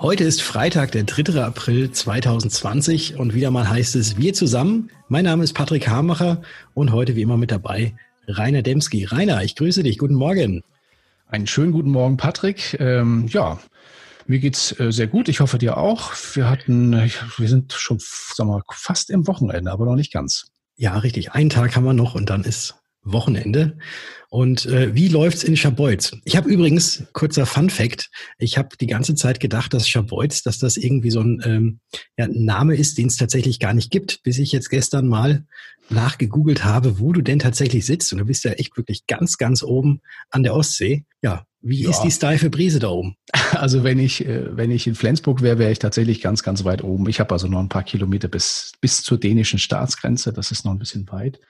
Heute ist Freitag, der 3. April 2020 und wieder mal heißt es Wir zusammen. Mein Name ist Patrick Hamacher und heute wie immer mit dabei Rainer Demski. Rainer, ich grüße dich. Guten Morgen. Einen schönen guten Morgen, Patrick. Mir geht's sehr gut. Ich hoffe dir auch. Wir sind schon, fast im Wochenende, aber noch nicht ganz. Ja, richtig. Einen Tag haben wir noch und dann ist Wochenende. Und wie läuft's in Scharbeutz? Ich habe übrigens, kurzer Fun-Fact, ich habe die ganze Zeit gedacht, dass Scharbeutz, dass das irgendwie so ein Name ist, den es tatsächlich gar nicht gibt, bis ich jetzt gestern mal nachgegoogelt habe, wo du denn tatsächlich sitzt. Und du bist ja echt wirklich ganz, ganz oben an der Ostsee. Ja, wie ist die steife Brise da oben? Also wenn ich in Flensburg wäre, wäre ich tatsächlich ganz, ganz weit oben. Ich habe also noch ein paar Kilometer bis zur dänischen Staatsgrenze. Das ist noch ein bisschen weit.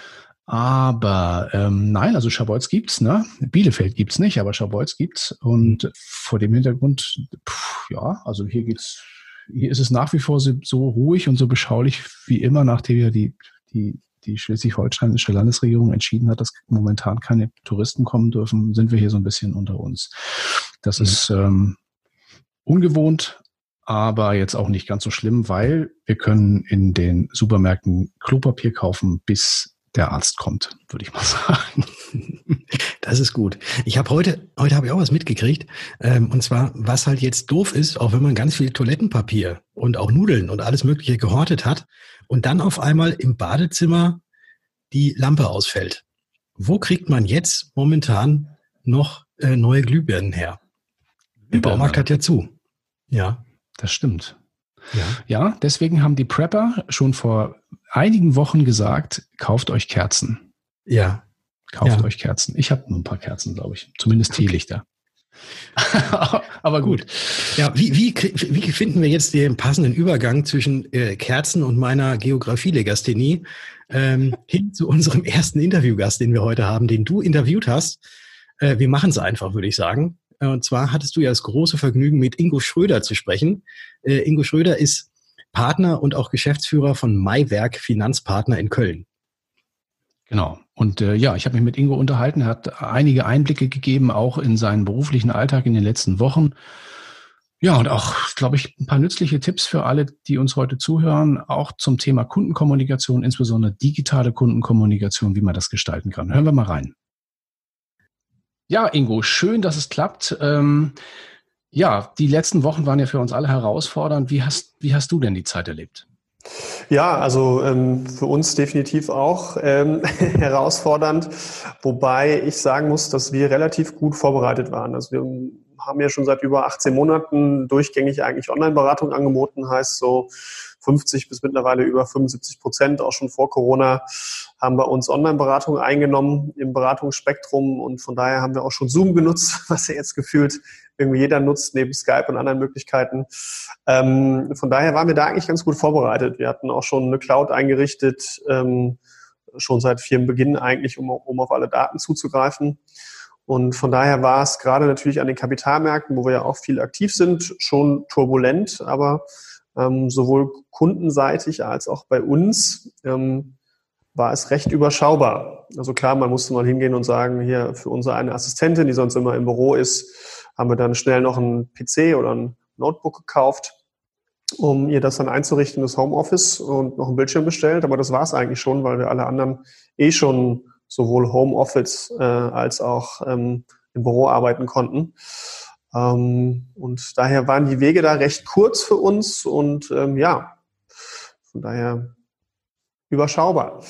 Aber nein, also Scharbeutz gibt's, ne? Bielefeld gibt's nicht, aber Scharbeutz gibt's. Und vor dem Hintergrund, also hier ist es nach wie vor so ruhig und so beschaulich wie immer, nachdem ja die schleswig-holsteinische Landesregierung entschieden hat, dass momentan keine Touristen kommen dürfen, sind wir hier so ein bisschen unter uns. Das ist ungewohnt, aber jetzt auch nicht ganz so schlimm, weil wir können in den Supermärkten Klopapier kaufen, bis der Arzt kommt, würde ich mal sagen. Das ist gut. Ich habe heute habe ich auch was mitgekriegt. Und zwar, was halt jetzt doof ist, auch wenn man ganz viel Toilettenpapier und auch Nudeln und alles Mögliche gehortet hat und dann auf einmal im Badezimmer die Lampe ausfällt. Wo kriegt man jetzt momentan noch neue Glühbirnen her? Der Baumarkt hat ja zu. Ja. Das stimmt. Ja, deswegen haben die Prepper schon vor einigen Wochen gesagt, kauft euch Kerzen. Ja. Kauft euch Kerzen. Ich habe nur ein paar Kerzen, glaube ich. Zumindest Teelichter. Aber gut. Ja, wie finden wir jetzt den passenden Übergang zwischen Kerzen und meiner Geografie-Legasthenie hin zu unserem ersten Interviewgast, den wir heute haben, den du interviewt hast? Wir machen es einfach, würde ich sagen. Und zwar hattest du ja das große Vergnügen, mit Ingo Schröder zu sprechen. Ingo Schröder ist Partner und auch Geschäftsführer von Maiwerk Finanzpartner in Köln. Genau. Und ich habe mich mit Ingo unterhalten. Er hat einige Einblicke gegeben, auch in seinen beruflichen Alltag in den letzten Wochen. Ja, und auch, glaube ich, ein paar nützliche Tipps für alle, die uns heute zuhören, auch zum Thema Kundenkommunikation, insbesondere digitale Kundenkommunikation, wie man das gestalten kann. Hören wir mal rein. Ja, Ingo, schön, dass es klappt. Die letzten Wochen waren ja für uns alle herausfordernd. Wie hast du denn die Zeit erlebt? Ja, also für uns definitiv auch herausfordernd, wobei ich sagen muss, dass wir relativ gut vorbereitet waren. Also wir haben ja schon seit über 18 Monaten durchgängig eigentlich Online-Beratung angeboten, heißt so 50 bis mittlerweile über 75%, auch schon vor Corona, haben bei uns Online-Beratung eingenommen im Beratungsspektrum und von daher haben wir auch schon Zoom genutzt, was ja jetzt gefühlt irgendwie jeder nutzt, neben Skype und anderen Möglichkeiten. Von daher waren wir da eigentlich ganz gut vorbereitet. Wir hatten auch schon eine Cloud eingerichtet, schon seit Firmenbeginn eigentlich, um auf alle Daten zuzugreifen. Und von daher war es gerade natürlich an den Kapitalmärkten, wo wir ja auch viel aktiv sind, schon turbulent, aber sowohl kundenseitig als auch bei uns war es recht überschaubar. Also klar, man musste mal hingehen und sagen, hier für unsere eine Assistentin, die sonst immer im Büro ist, haben wir dann schnell noch einen PC oder ein Notebook gekauft, um ihr das dann einzurichten, das Homeoffice, und noch einen Bildschirm bestellt. Aber das war es eigentlich schon, weil wir alle anderen schon sowohl Homeoffice als auch im Büro arbeiten konnten. Und daher waren die Wege da recht kurz für uns und von daher überschaubar.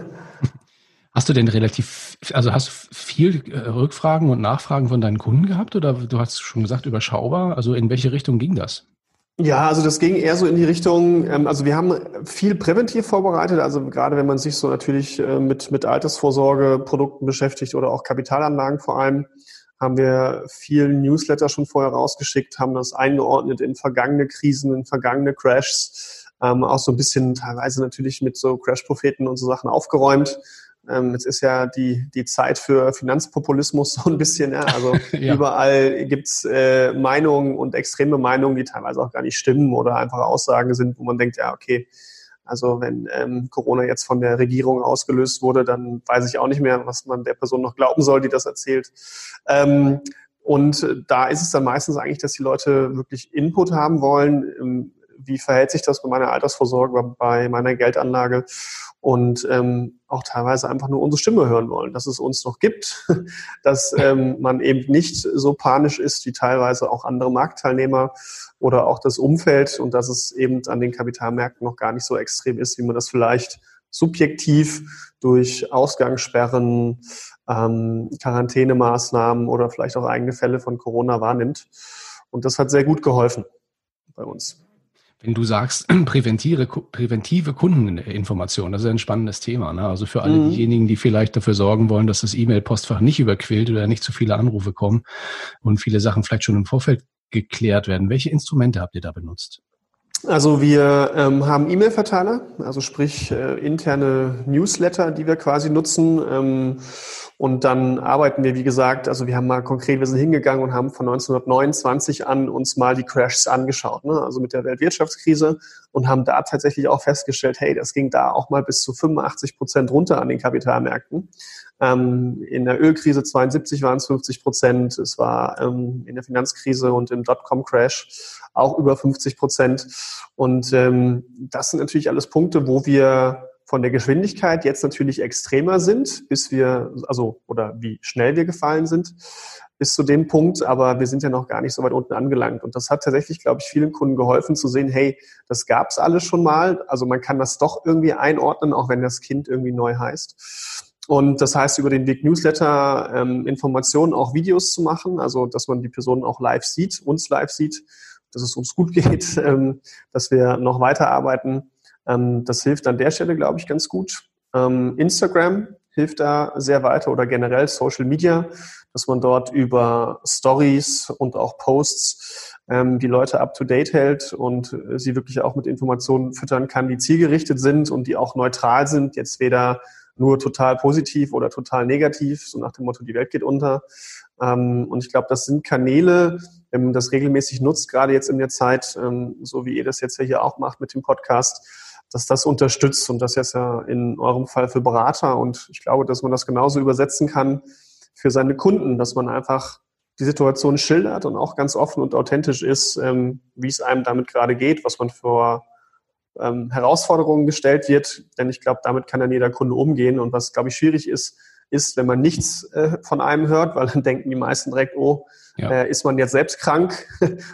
Hast du viel Rückfragen und Nachfragen von deinen Kunden gehabt oder du hast schon gesagt überschaubar? Also in welche Richtung ging das? Ja, also das ging eher so in die Richtung, also wir haben viel präventiv vorbereitet, also gerade wenn man sich so natürlich mit Altersvorsorgeprodukten beschäftigt oder auch Kapitalanlagen vor allem, haben wir viel Newsletter schon vorher rausgeschickt, haben das eingeordnet in vergangene Krisen, in vergangene Crashs, auch so ein bisschen teilweise natürlich mit so Crash-Propheten und so Sachen aufgeräumt. Jetzt ist ja die Zeit für Finanzpopulismus so ein bisschen, ja, also ja. Überall gibt's Meinungen und extreme Meinungen, die teilweise auch gar nicht stimmen oder einfach Aussagen sind, wo man denkt, ja, okay, also wenn Corona jetzt von der Regierung ausgelöst wurde, dann weiß ich auch nicht mehr, was man der Person noch glauben soll, die das erzählt. Und da ist es dann meistens eigentlich, dass die Leute wirklich Input haben wollen. Wie verhält sich das bei meiner Altersvorsorge, bei meiner Geldanlage? Und auch teilweise einfach nur unsere Stimme hören wollen, dass es uns noch gibt, dass man eben nicht so panisch ist wie teilweise auch andere Marktteilnehmer oder auch das Umfeld und dass es eben an den Kapitalmärkten noch gar nicht so extrem ist, wie man das vielleicht subjektiv durch Ausgangssperren, Quarantänemaßnahmen oder vielleicht auch eigene Fälle von Corona wahrnimmt. Und das hat sehr gut geholfen bei uns. Wenn du sagst, präventive Kundeninformation, das ist ein spannendes Thema. Ne? Also für alle diejenigen, die vielleicht dafür sorgen wollen, dass das E-Mail-Postfach nicht überquillt oder nicht zu viele Anrufe kommen und viele Sachen vielleicht schon im Vorfeld geklärt werden. Welche Instrumente habt ihr da benutzt? Also wir haben E-Mail-Verteiler, also sprich interne Newsletter, die wir quasi nutzen. Und dann arbeiten wir, wie gesagt, also wir haben mal konkret, wir sind hingegangen und haben von 1929 an uns mal die Crashs angeschaut, ne? Also mit der Weltwirtschaftskrise und haben da tatsächlich auch festgestellt, hey, das ging da auch mal bis zu 85% runter an den Kapitalmärkten. In der Ölkrise 72 waren es 50%, es war in der Finanzkrise und im Dotcom-Crash auch über 50%. Und das sind natürlich alles Punkte, wo wir von der Geschwindigkeit jetzt natürlich extremer sind, bis wir, also, oder wie schnell wir gefallen sind, bis zu dem Punkt, aber wir sind ja noch gar nicht so weit unten angelangt. Und das hat tatsächlich, glaube ich, vielen Kunden geholfen zu sehen, hey, das gab es alles schon mal, also man kann das doch irgendwie einordnen, auch wenn das Kind irgendwie neu heißt. Und das heißt, über den Weg Newsletter Informationen, auch Videos zu machen, also dass man die Personen auch live sieht, uns live sieht, dass es uns gut geht, dass wir noch weiterarbeiten. Das hilft an der Stelle, glaube ich, ganz gut. Instagram hilft da sehr weiter oder generell Social Media, dass man dort über Stories und auch Posts die Leute up-to-date hält und sie wirklich auch mit Informationen füttern kann, die zielgerichtet sind und die auch neutral sind, jetzt weder nur total positiv oder total negativ, so nach dem Motto, die Welt geht unter. Und ich glaube, das sind Kanäle, wenn man das regelmäßig nutzt, gerade jetzt in der Zeit, so wie ihr das jetzt ja hier auch macht mit dem Podcast, dass das unterstützt und das jetzt ja in eurem Fall für Berater und ich glaube, dass man das genauso übersetzen kann für seine Kunden, dass man einfach die Situation schildert und auch ganz offen und authentisch ist, wie es einem damit gerade geht, was man für Herausforderungen gestellt wird, denn ich glaube, damit kann dann jeder Kunde umgehen und was, glaube ich, schwierig ist, wenn man nichts von einem hört, weil dann denken die meisten direkt, ist man jetzt selbst krank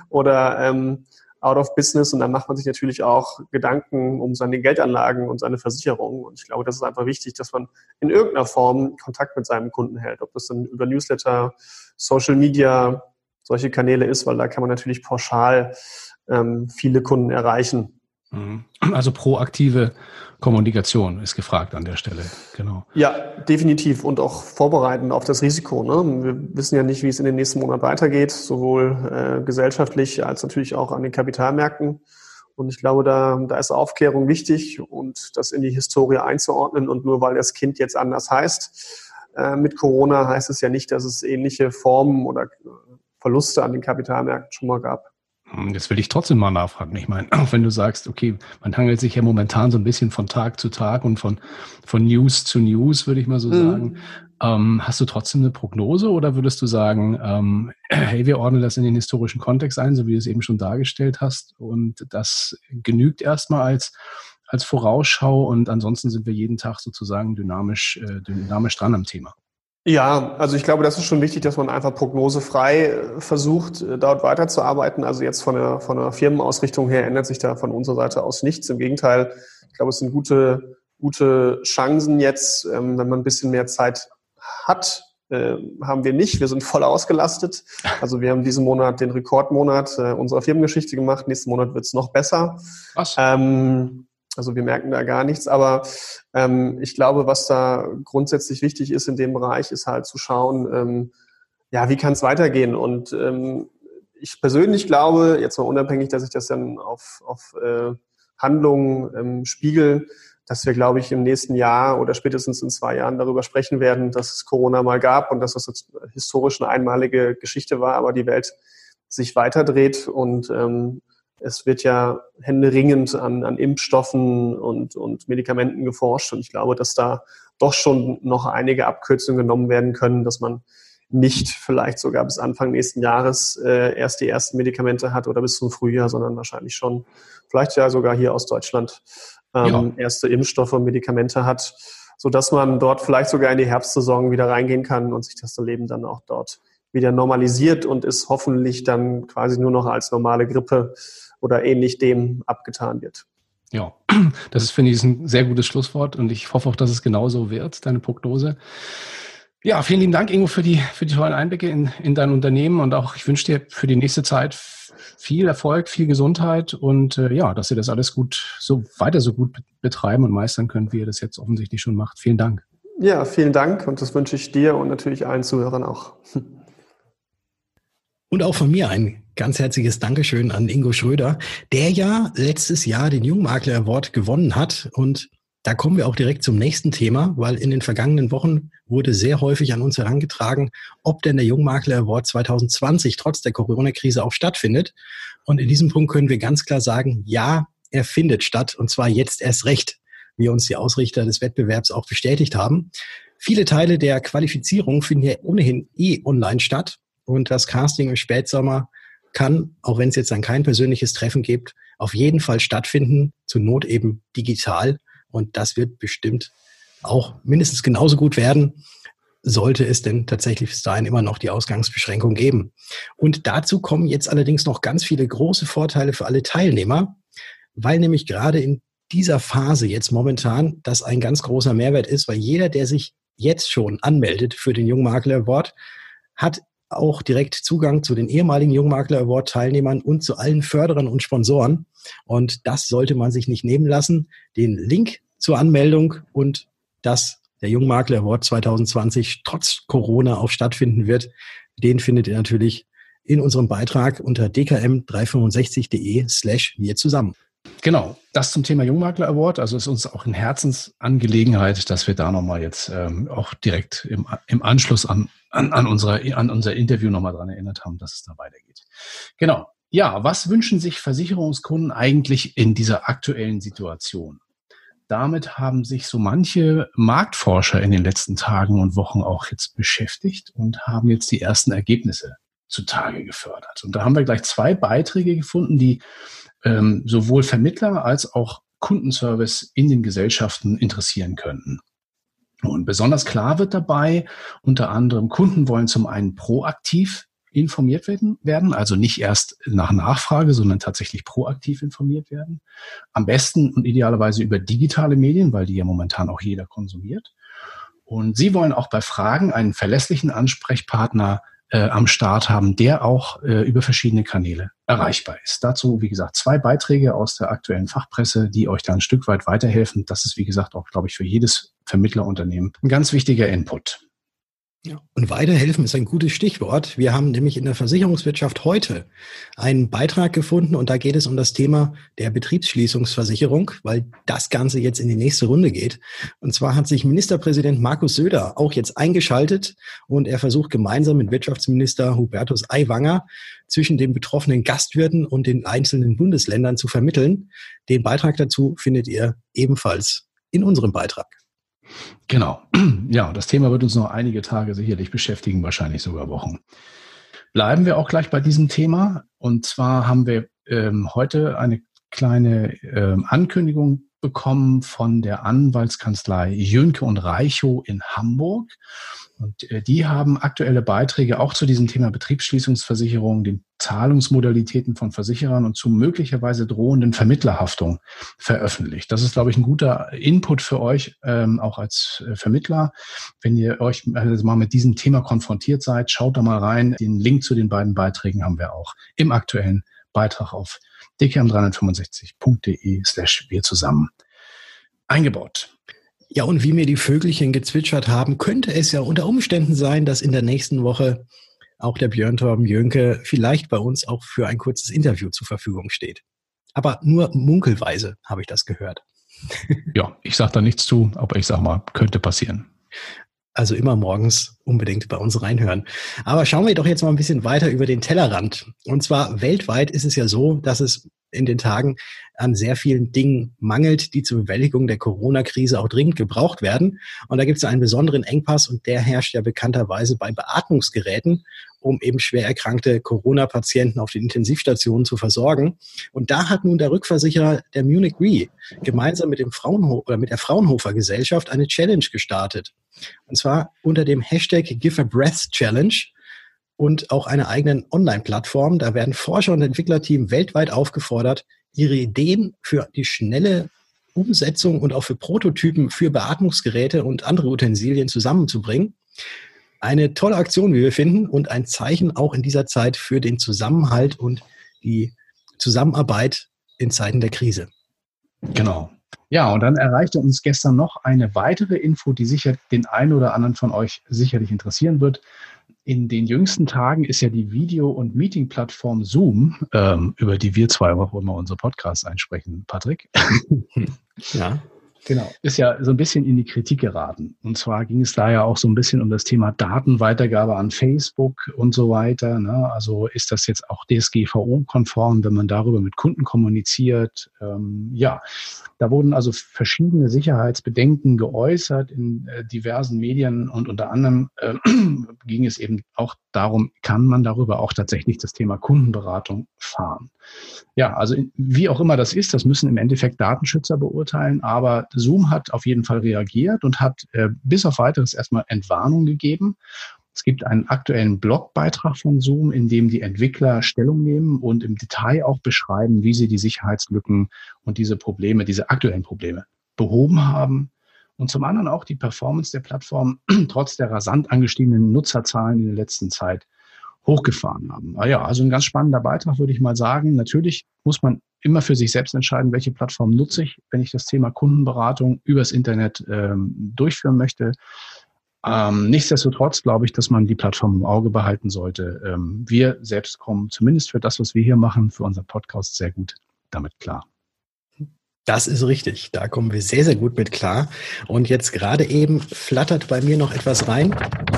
oder out of business und dann macht man sich natürlich auch Gedanken um seine Geldanlagen und seine Versicherungen und ich glaube, das ist einfach wichtig, dass man in irgendeiner Form Kontakt mit seinem Kunden hält, ob das dann über Newsletter, Social Media, solche Kanäle ist, weil da kann man natürlich pauschal viele Kunden erreichen. Also proaktive Kommunikation ist gefragt an der Stelle, genau. Ja, definitiv und auch vorbereiten auf das Risiko. Ne? Wir wissen ja nicht, wie es in den nächsten Monaten weitergeht, sowohl gesellschaftlich als natürlich auch an den Kapitalmärkten. Und ich glaube, da ist Aufklärung wichtig und das in die Historie einzuordnen. Und nur weil das Kind jetzt anders heißt, mit Corona heißt es ja nicht, dass es ähnliche Formen oder Verluste an den Kapitalmärkten schon mal gab. Jetzt will ich trotzdem mal nachfragen. Ich meine, auch wenn du sagst, okay, man hangelt sich ja momentan so ein bisschen von Tag zu Tag und von News zu News, würde ich mal so sagen. Hast du trotzdem eine Prognose oder würdest du sagen, hey, wir ordnen das in den historischen Kontext ein, so wie du es eben schon dargestellt hast und das genügt erstmal als Vorausschau und ansonsten sind wir jeden Tag sozusagen dynamisch dran am Thema? Ja, also ich glaube, das ist schon wichtig, dass man einfach prognosefrei versucht, dort weiterzuarbeiten. Also jetzt von der Firmenausrichtung her ändert sich da von unserer Seite aus nichts. Im Gegenteil, ich glaube, es sind gute Chancen jetzt, wenn man ein bisschen mehr Zeit hat. Haben wir nicht. Wir sind voll ausgelastet. Also wir haben diesen Monat den Rekordmonat unserer Firmengeschichte gemacht. Nächsten Monat wird es noch besser. Was? Also wir merken da gar nichts, aber ich glaube, was da grundsätzlich wichtig ist in dem Bereich, ist halt zu schauen, wie kann es weitergehen. Und ich persönlich glaube, jetzt mal unabhängig, dass ich das dann auf Handlungen spiegel, dass wir, glaube ich, im nächsten Jahr oder spätestens in 2 Jahren darüber sprechen werden, dass es Corona mal gab und dass das jetzt historisch eine einmalige Geschichte war, aber die Welt sich weiterdreht und es wird ja händeringend an Impfstoffen und Medikamenten geforscht. Und ich glaube, dass da doch schon noch einige Abkürzungen genommen werden können, dass man nicht vielleicht sogar bis Anfang nächsten Jahres erst die ersten Medikamente hat oder bis zum Frühjahr, sondern wahrscheinlich schon vielleicht ja sogar hier aus Deutschland erste Impfstoffe und Medikamente hat, sodass man dort vielleicht sogar in die Herbstsaison wieder reingehen kann und sich das Leben dann auch dort wieder normalisiert und es hoffentlich dann quasi nur noch als normale Grippe oder ähnlich dem abgetan wird. Ja, das ist, finde ich, ein sehr gutes Schlusswort und ich hoffe auch, dass es genauso wird, deine Prognose. Ja, vielen lieben Dank, Ingo, für die tollen Einblicke in dein Unternehmen und auch ich wünsche dir für die nächste Zeit viel Erfolg, viel Gesundheit und dass ihr das alles so gut betreiben und meistern könnt, wie ihr das jetzt offensichtlich schon macht. Vielen Dank. Ja, vielen Dank und das wünsche ich dir und natürlich allen Zuhörern auch. Und auch von mir ein ganz herzliches Dankeschön an Ingo Schröder, der ja letztes Jahr den Jungmakler Award gewonnen hat. Und da kommen wir auch direkt zum nächsten Thema, weil in den vergangenen Wochen wurde sehr häufig an uns herangetragen, ob denn der Jungmakler Award 2020 trotz der Corona-Krise auch stattfindet. Und in diesem Punkt können wir ganz klar sagen, ja, er findet statt und zwar jetzt erst recht, wie uns die Ausrichter des Wettbewerbs auch bestätigt haben. Viele Teile der Qualifizierung finden ja ohnehin online statt. Und das Casting im Spätsommer kann, auch wenn es jetzt dann kein persönliches Treffen gibt, auf jeden Fall stattfinden, zur Not eben digital. Und das wird bestimmt auch mindestens genauso gut werden, sollte es denn tatsächlich bis dahin immer noch die Ausgangsbeschränkung geben. Und dazu kommen jetzt allerdings noch ganz viele große Vorteile für alle Teilnehmer, weil nämlich gerade in dieser Phase jetzt momentan das ein ganz großer Mehrwert ist, weil jeder, der sich jetzt schon anmeldet für den Jungmakler Award, hat auch direkt Zugang zu den ehemaligen Jungmakler Award Teilnehmern und zu allen Förderern und Sponsoren. Und das sollte man sich nicht nehmen lassen. Den Link zur Anmeldung und dass der Jungmakler Award 2020 trotz Corona auch stattfinden wird, den findet ihr natürlich in unserem Beitrag unter dkm365.de/wir zusammen. Genau, das zum Thema Jungmakler Award. Also ist uns auch eine Herzensangelegenheit, dass wir da nochmal jetzt auch direkt im Anschluss an unser Interview nochmal dran erinnert haben, dass es da weitergeht. Genau. Ja, was wünschen sich Versicherungskunden eigentlich in dieser aktuellen Situation? Damit haben sich so manche Marktforscher in den letzten Tagen und Wochen auch jetzt beschäftigt und haben jetzt die ersten Ergebnisse zutage gefördert. Und da haben wir gleich 2 Beiträge gefunden, die sowohl Vermittler als auch Kundenservice in den Gesellschaften interessieren könnten. Und besonders klar wird dabei, unter anderem Kunden wollen zum einen proaktiv informiert werden, also nicht erst nach Nachfrage, sondern tatsächlich proaktiv informiert werden. Am besten und idealerweise über digitale Medien, weil die ja momentan auch jeder konsumiert. Und sie wollen auch bei Fragen einen verlässlichen Ansprechpartner am Start haben, der auch über verschiedene Kanäle erreichbar ist. Dazu, wie gesagt, 2 Beiträge aus der aktuellen Fachpresse, die euch da ein Stück weit weiterhelfen. Das ist, wie gesagt, auch, glaube ich, für jedes Vermittlerunternehmen ein ganz wichtiger Input. Ja, und weiterhelfen ist ein gutes Stichwort. Wir haben nämlich in der Versicherungswirtschaft heute einen Beitrag gefunden und da geht es um das Thema der Betriebsschließungsversicherung, weil das Ganze jetzt in die nächste Runde geht. Und zwar hat sich Ministerpräsident Markus Söder auch jetzt eingeschaltet und er versucht gemeinsam mit Wirtschaftsminister Hubertus Aiwanger zwischen den betroffenen Gastwirten und den einzelnen Bundesländern zu vermitteln. Den Beitrag dazu findet ihr ebenfalls in unserem Beitrag. Genau. Ja, das Thema wird uns noch einige Tage sicherlich beschäftigen, wahrscheinlich sogar Wochen. Bleiben wir auch gleich bei diesem Thema. Und zwar haben wir heute eine kleine Ankündigung bekommen von der Anwaltskanzlei Jönke und Reichow in Hamburg. Und die haben aktuelle Beiträge auch zu diesem Thema Betriebsschließungsversicherung, den Zahlungsmodalitäten von Versicherern und zu möglicherweise drohenden Vermittlerhaftung veröffentlicht. Das ist, glaube ich, ein guter Input für euch, auch als Vermittler. Wenn ihr euch mal mit diesem Thema konfrontiert seid, schaut da mal rein. Den Link zu den beiden Beiträgen haben wir auch im aktuellen Beitrag auf dkm365.de/wir zusammen eingebaut. Ja, und wie mir die Vögelchen gezwitschert haben, könnte es ja unter Umständen sein, dass in der nächsten Woche auch der Björn Torben Jönke vielleicht bei uns auch für ein kurzes Interview zur Verfügung steht. Aber nur munkelweise habe ich das gehört. Ja, ich sage da nichts zu, aber ich sage mal, könnte passieren. Also immer morgens unbedingt bei uns reinhören. Aber schauen wir doch jetzt mal ein bisschen weiter über den Tellerrand. Und zwar weltweit ist es ja so, dass es in den Tagen an sehr vielen Dingen mangelt, die zur Bewältigung der Corona-Krise auch dringend gebraucht werden. Und da gibt es einen besonderen Engpass und der herrscht ja bekannterweise bei Beatmungsgeräten, um eben schwer erkrankte Corona-Patienten auf den Intensivstationen zu versorgen. Und da hat nun der Rückversicherer der Munich Re gemeinsam mit der Fraunhofer Gesellschaft eine Challenge gestartet. Und zwar unter dem Hashtag Give a Breath Challenge und auch einer eigenen Online-Plattform. Da werden Forscher und Entwicklerteams weltweit aufgefordert, ihre Ideen für die schnelle Umsetzung und auch für Prototypen für Beatmungsgeräte und andere Utensilien zusammenzubringen. Eine tolle Aktion, wie wir finden, und ein Zeichen auch in dieser Zeit für den Zusammenhalt und die Zusammenarbeit in Zeiten der Krise. Genau. Ja, und dann erreichte uns gestern noch eine weitere Info, die sicher den einen oder anderen von euch sicherlich interessieren wird. In den jüngsten Tagen ist ja die Video- und Meeting-Plattform Zoom, über die wir zwei auch immer unsere Podcasts einsprechen, Patrick. Ja. Genau, ist ja so ein bisschen in die Kritik geraten. Und zwar ging es da ja auch so ein bisschen um das Thema Datenweitergabe an Facebook und so weiter. Ne? Also ist das jetzt auch DSGVO-konform, wenn man darüber mit Kunden kommuniziert? Ja, da wurden also verschiedene Sicherheitsbedenken geäußert in diversen Medien und unter anderem ging es eben auch darum, kann man darüber auch tatsächlich das Thema Kundenberatung fahren? Ja, also wie auch immer das ist, das müssen im Endeffekt Datenschützer beurteilen, aber Zoom hat auf jeden Fall reagiert und hat bis auf Weiteres erstmal Entwarnung gegeben. Es gibt einen aktuellen Blogbeitrag von Zoom, in dem die Entwickler Stellung nehmen und im Detail auch beschreiben, wie sie die Sicherheitslücken und diese Probleme, diese aktuellen Probleme behoben haben. Und zum anderen auch die Performance der Plattform trotz der rasant angestiegenen Nutzerzahlen in der letzten Zeit hochgefahren haben. Ja, also ein ganz spannender Beitrag, würde ich mal sagen. Natürlich muss man immer für sich selbst entscheiden, welche Plattform nutze ich, wenn ich das Thema Kundenberatung übers Internet durchführen möchte. Nichtsdestotrotz glaube ich, dass man die Plattform im Auge behalten sollte. Wir selbst kommen zumindest für das, was wir hier machen, für unseren Podcast sehr gut damit klar. Das ist richtig. Da kommen wir sehr, sehr gut mit klar. Und jetzt gerade eben flattert bei mir noch etwas rein.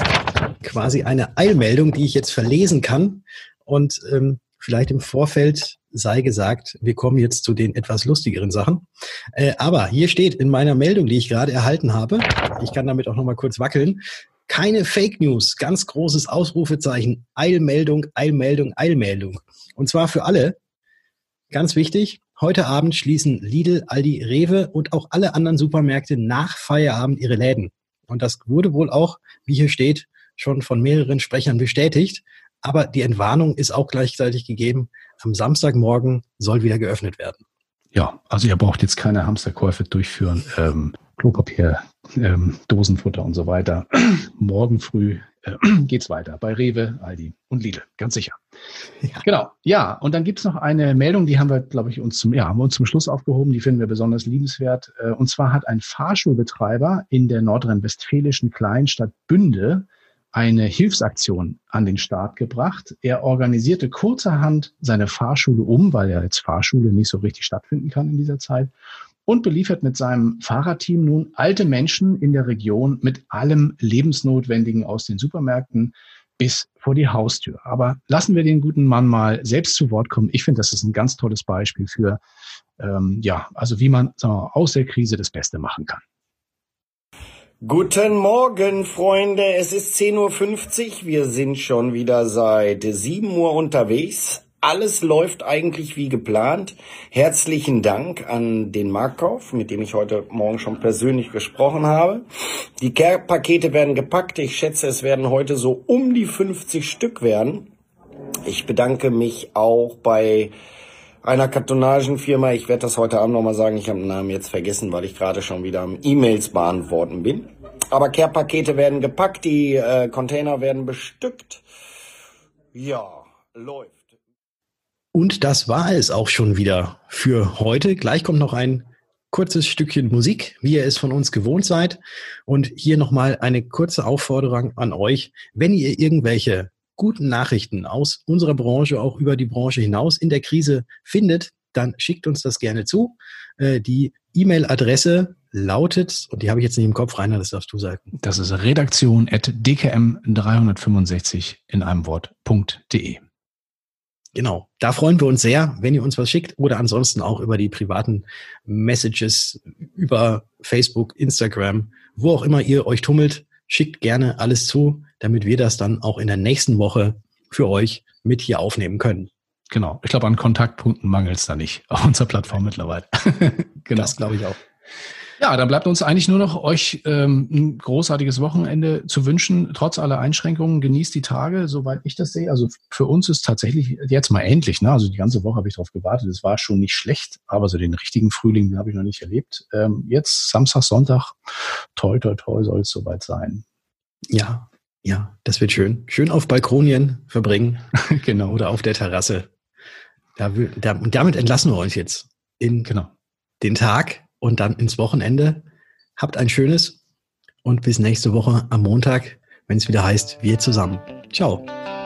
Quasi eine Eilmeldung, die ich jetzt verlesen kann. Und vielleicht im Vorfeld sei gesagt, wir kommen jetzt zu den etwas lustigeren Sachen. Aber hier steht in meiner Meldung, die ich gerade erhalten habe, ich kann damit auch noch mal kurz wackeln, keine Fake News, ganz großes Ausrufezeichen, Eilmeldung, Eilmeldung, Eilmeldung. Und zwar für alle, ganz wichtig, heute Abend schließen Lidl, Aldi, Rewe und auch alle anderen Supermärkte nach Feierabend ihre Läden. Und das wurde wohl auch, wie hier steht, schon von mehreren Sprechern bestätigt. Aber die Entwarnung ist auch gleichzeitig gegeben. Am Samstagmorgen soll wieder geöffnet werden. Ja, also ihr braucht jetzt keine Hamsterkäufe durchführen. Klopapier, Dosenfutter und so weiter. Morgen früh geht's weiter bei Rewe, Aldi und Lidl, ganz sicher. Ja. Genau. Ja, und dann gibt's noch eine Meldung, die haben wir, glaube ich, uns zum Schluss aufgehoben. Die finden wir besonders liebenswert. Und zwar hat ein Fahrschulbetreiber in der nordrhein-westfälischen Kleinstadt Bünde eine Hilfsaktion an den Start gebracht. Er organisierte kurzerhand seine Fahrschule um, weil ja jetzt Fahrschule nicht so richtig stattfinden kann in dieser Zeit, und beliefert mit seinem Fahrradteam nun alte Menschen in der Region mit allem Lebensnotwendigen aus den Supermärkten bis vor die Haustür. Aber lassen wir den guten Mann mal selbst zu Wort kommen. Ich finde, das ist ein ganz tolles Beispiel für, also wie man aus der Krise das Beste machen kann. Guten Morgen, Freunde. Es ist 10:50 Uhr. Wir sind schon wieder seit 7 Uhr unterwegs. Alles läuft eigentlich wie geplant. Herzlichen Dank an den Marktkauf, mit dem ich heute Morgen schon persönlich gesprochen habe. Die Care-Pakete werden gepackt. Ich schätze, es werden heute so um die 50 Stück werden. Ich bedanke mich auch bei einer Kartonagenfirma. Ich werde das heute Abend nochmal sagen. Ich habe den Namen jetzt vergessen, weil ich gerade schon wieder am E-Mails beantworten bin. Aber Care-Pakete werden gepackt, die Container werden bestückt. Ja, läuft. Und das war es auch schon wieder für heute. Gleich kommt noch ein kurzes Stückchen Musik, wie ihr es von uns gewohnt seid. Und hier nochmal eine kurze Aufforderung an euch. Wenn ihr irgendwelche guten Nachrichten aus unserer Branche, auch über die Branche hinaus in der Krise findet, dann schickt uns das gerne zu. Die E-Mail-Adresse lautet, und die habe ich jetzt nicht im Kopf, Rainer, das darfst du sagen. Das ist redaktion@dkm365 in einem Wort.de. Genau, da freuen wir uns sehr, wenn ihr uns was schickt oder ansonsten auch über die privaten Messages, über Facebook, Instagram, wo auch immer ihr euch tummelt, schickt gerne alles zu, damit wir das dann auch in der nächsten Woche für euch mit hier aufnehmen können. Genau, ich glaube, an Kontaktpunkten mangelt es da nicht auf unserer Plattform mittlerweile. Genau. Das glaube ich auch. Ja, dann bleibt uns eigentlich nur noch euch ein großartiges Wochenende zu wünschen, trotz aller Einschränkungen. Genießt die Tage, soweit ich das sehe. Also für uns ist tatsächlich jetzt mal endlich, ne? Also die ganze Woche habe ich darauf gewartet. Es war schon nicht schlecht, aber so den richtigen Frühling, den habe ich noch nicht erlebt. Jetzt Samstag, Sonntag, toi, toi, toi, soll es soweit sein. Ja, das wird schön. Schön auf Balkonien verbringen. Genau. Oder auf der Terrasse. Und damit entlassen wir euch jetzt in den Tag. Und dann ins Wochenende. Habt ein schönes und bis nächste Woche am Montag, wenn es wieder heißt, wir zusammen. Ciao.